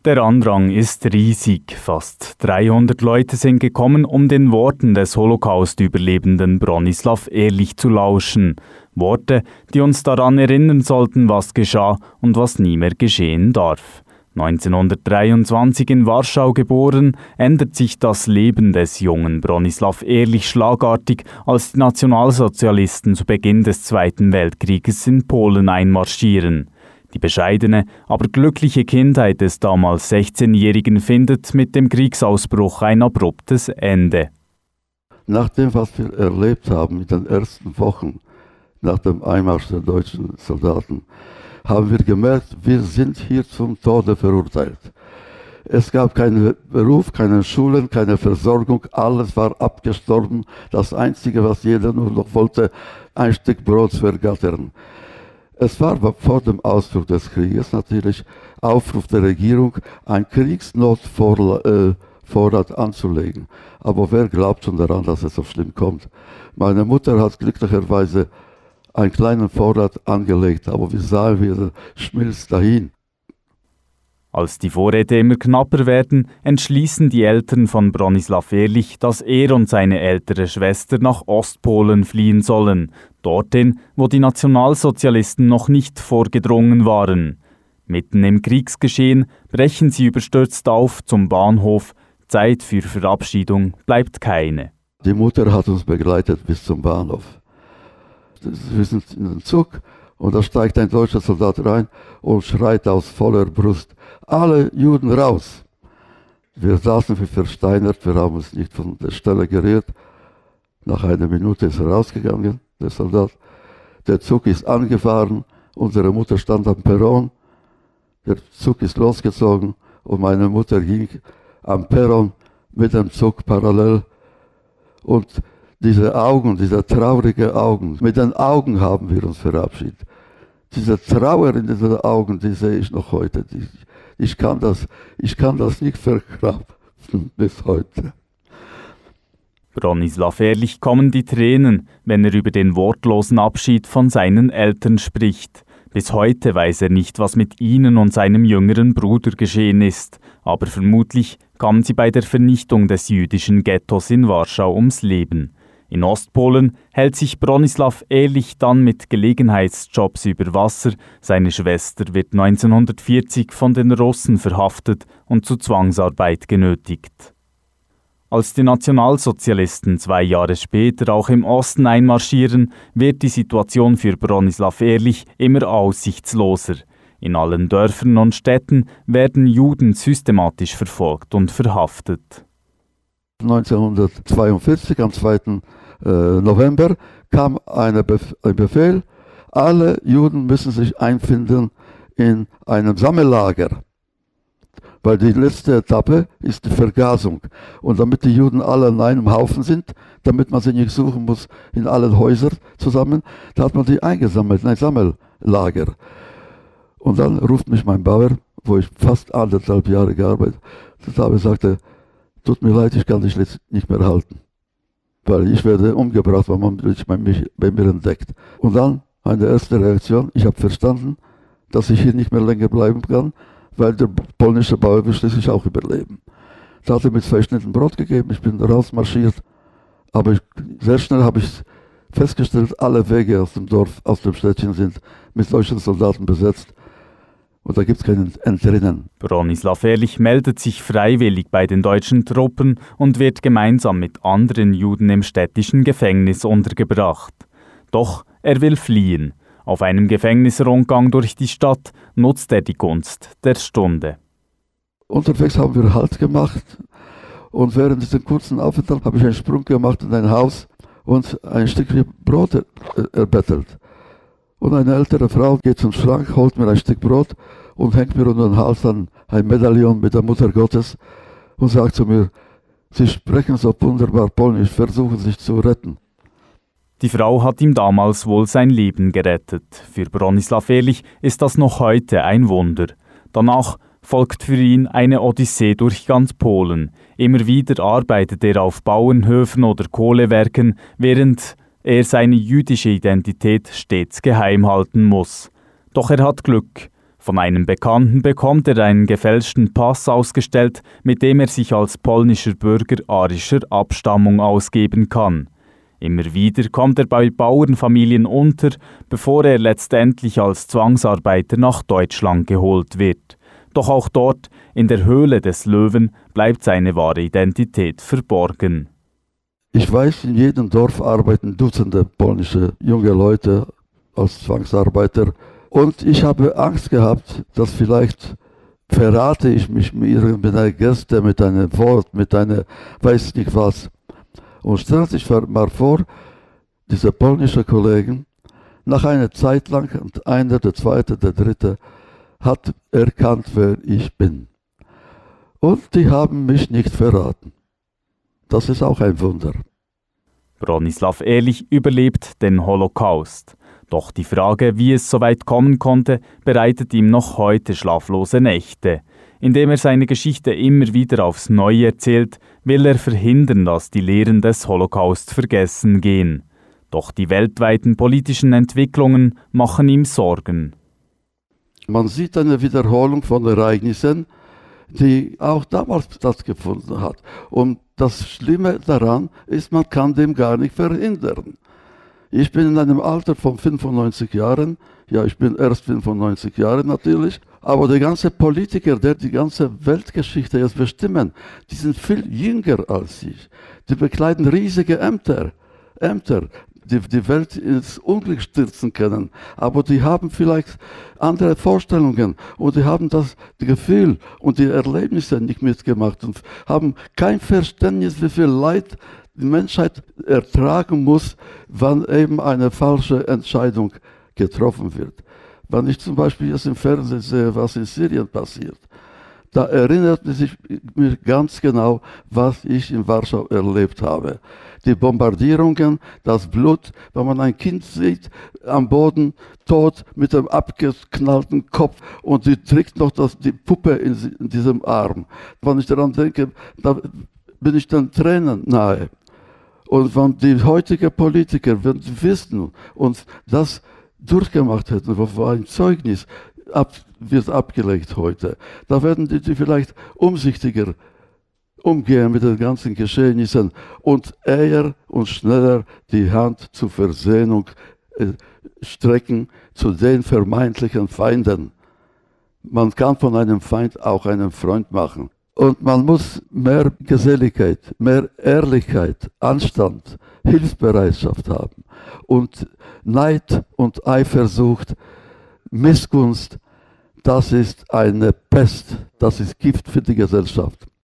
Der Andrang ist riesig. Fast 300 Leute sind gekommen, um den Worten des Holocaust-Überlebenden Bronislaw Ehrlich zu lauschen. Worte, die uns daran erinnern sollten, was geschah und was nie mehr geschehen darf. 1923 in Warschau geboren, ändert sich das Leben des jungen Bronislaw Ehrlich schlagartig, als die Nationalsozialisten zu Beginn des Zweiten Weltkrieges in Polen einmarschieren. Die bescheidene, aber glückliche Kindheit des damals 16-Jährigen findet mit dem Kriegsausbruch ein abruptes Ende. Nach dem, was wir erlebt haben in den ersten Wochen nach dem Einmarsch der deutschen Soldaten, haben wir gemerkt, wir sind hier zum Tode verurteilt. Es gab keinen Beruf, keine Schulen, keine Versorgung, alles war abgestorben. Das Einzige, was jeder nur noch wollte, ein Stück Brot zu ergattern. Es war vor dem Ausbruch des Krieges natürlich Aufruf der Regierung, ein Kriegsnotvorrat anzulegen. Aber wer glaubt schon daran, dass es so schlimm kommt? Meine Mutter hat glücklicherweise einen kleinen Vorrat angelegt, aber wir sahen, wie er schmilzt dahin. Als die Vorräte immer knapper werden, entschließen die Eltern von Bronislaw Ehrlich, dass er und seine ältere Schwester nach Ostpolen fliehen sollen, dorthin, wo die Nationalsozialisten noch nicht vorgedrungen waren. Mitten im Kriegsgeschehen brechen sie überstürzt auf zum Bahnhof. Zeit für Verabschiedung bleibt keine. Die Mutter hat uns begleitet bis zum Bahnhof. Wir sind in den Zug und da steigt ein deutscher Soldat rein und schreit aus voller Brust: Alle Juden raus! Wir saßen wie versteinert, wir haben uns nicht von der Stelle gerührt. Nach einer Minute ist er rausgegangen, der Soldat. Der Zug ist angefahren, unsere Mutter stand am Perron. Der Zug ist losgezogen und meine Mutter ging am Perron mit dem Zug parallel. Und diese Augen, diese traurigen Augen, mit den Augen haben wir uns verabschiedet. Diese Trauer in diesen Augen, die sehe ich noch heute. Ich kann das nicht verkraften bis heute. Bronislaw Ehrlich kommen die Tränen, wenn er über den wortlosen Abschied von seinen Eltern spricht. Bis heute weiß er nicht, was mit ihnen und seinem jüngeren Bruder geschehen ist, aber vermutlich kamen sie bei der Vernichtung des jüdischen Ghettos in Warschau ums Leben. In Ostpolen hält sich Bronislaw Ehrlich dann mit Gelegenheitsjobs über Wasser. Seine Schwester wird 1940 von den Russen verhaftet und zu Zwangsarbeit genötigt. Als die Nationalsozialisten 2 Jahre später auch im Osten einmarschieren, wird die Situation für Bronislaw Ehrlich immer aussichtsloser. In allen Dörfern und Städten werden Juden systematisch verfolgt und verhaftet. 1942, am 2. November, kam ein Befehl, alle Juden müssen sich einfinden in einem Sammellager. Weil die letzte Etappe ist die Vergasung. Und damit die Juden alle an einem Haufen sind, damit man sie nicht suchen muss in allen Häusern zusammen, da hat man die eingesammelt in ein Sammellager. Und dann ruft mich mein Bauer, wo ich fast 1,5 Jahre gearbeitet habe, sagte: Tut mir leid, ich kann dich jetzt nicht mehr halten, weil ich werde umgebracht, wenn man mich bei mir entdeckt. Und dann eine erste Reaktion: Ich habe verstanden, dass ich hier nicht mehr länger bleiben kann, weil der polnische Bauer will schließlich auch überleben. Da hat er mir 2 Schnitten Brot gegeben, ich bin rausmarschiert, aber sehr schnell habe ich festgestellt, alle Wege aus dem Dorf, aus dem Städtchen sind mit deutschen Soldaten besetzt. Und da gibt es kein Entrinnen. Bronislaw Ehrlich meldet sich freiwillig bei den deutschen Truppen und wird gemeinsam mit anderen Juden im städtischen Gefängnis untergebracht. Doch er will fliehen. Auf einem Gefängnisrundgang durch die Stadt nutzt er die Gunst der Stunde. Unterwegs haben wir Halt gemacht und während diesem kurzen Aufenthalt habe ich einen Sprung gemacht in ein Haus und ein Stück Brot erbettelt. Und eine ältere Frau geht zum Schrank, holt mir ein Stück Brot und hängt mir unter den Hals dann ein Medaillon mit der Mutter Gottes und sagt zu mir: Sie sprechen so wunderbar Polnisch, versuchen sich zu retten. Die Frau hat ihm damals wohl sein Leben gerettet. Für Bronislaw Ehrlich ist das noch heute ein Wunder. Danach folgt für ihn eine Odyssee durch ganz Polen. Immer wieder arbeitet er auf Bauernhöfen oder Kohlewerken, während er seine jüdische Identität stets geheim halten muss. Doch er hat Glück. Von einem Bekannten bekommt er einen gefälschten Pass ausgestellt, mit dem er sich als polnischer Bürger arischer Abstammung ausgeben kann. Immer wieder kommt er bei Bauernfamilien unter, bevor er letztendlich als Zwangsarbeiter nach Deutschland geholt wird. Doch auch dort, in der Höhle des Löwen, bleibt seine wahre Identität verborgen. Ich weiß, in jedem Dorf arbeiten Dutzende polnische junge Leute als Zwangsarbeiter. Und ich habe Angst gehabt, dass vielleicht verrate ich mich mit einer Geste, mit einem Wort, mit einer weiß nicht was. Und stellen Sie sich mal vor, diese polnischen Kollegen, nach einer Zeit lang, und einer, der zweite, der dritte, hat erkannt, wer ich bin. Und die haben mich nicht verraten. Das ist auch ein Wunder. Bronislaw Ehrlich überlebt den Holocaust. Doch die Frage, wie es so weit kommen konnte, bereitet ihm noch heute schlaflose Nächte. Indem er seine Geschichte immer wieder aufs Neue erzählt, will er verhindern, dass die Lehren des Holocaust vergessen gehen. Doch die weltweiten politischen Entwicklungen machen ihm Sorgen. Man sieht eine Wiederholung von Ereignissen, die auch damals stattgefunden hat. Und das Schlimme daran ist, man kann dem gar nicht verhindern. Ich bin in einem Alter von 95 Jahren, ja, ich bin erst 95 Jahre natürlich, aber die ganzen Politiker, die die ganze Weltgeschichte jetzt bestimmen, die sind viel jünger als ich. Die bekleiden riesige Ämter, die die Welt ins Unglück stürzen können, aber die haben vielleicht andere Vorstellungen und die haben das Gefühl und die Erlebnisse nicht mitgemacht und haben kein Verständnis, wie viel Leid die Menschheit ertragen muss, wann eben eine falsche Entscheidung getroffen wird. Wenn ich zum Beispiel jetzt im Fernsehen sehe, was in Syrien passiert, da erinnert sich mir ganz genau, was ich in Warschau erlebt habe. Die Bombardierungen, das Blut, wenn man ein Kind sieht am Boden, tot mit einem abgeknallten Kopf und die trägt noch die Puppe in diesem Arm. Wenn ich daran denke, da bin ich dann Tränen nahe. Und wenn die heutigen Politiker, wenn sie wissen und das durchgemacht hätten, wo ein Zeugnis wird abgelegt heute, da werden die vielleicht umsichtiger umgehen mit den ganzen Geschehnissen und eher und schneller die Hand zur Versöhnung strecken zu den vermeintlichen Feinden. Man kann von einem Feind auch einen Freund machen. Und man muss mehr Geselligkeit, mehr Ehrlichkeit, Anstand, Hilfsbereitschaft haben. Und Neid und Eifersucht, Missgunst, das ist eine Pest, das ist Gift für die Gesellschaft.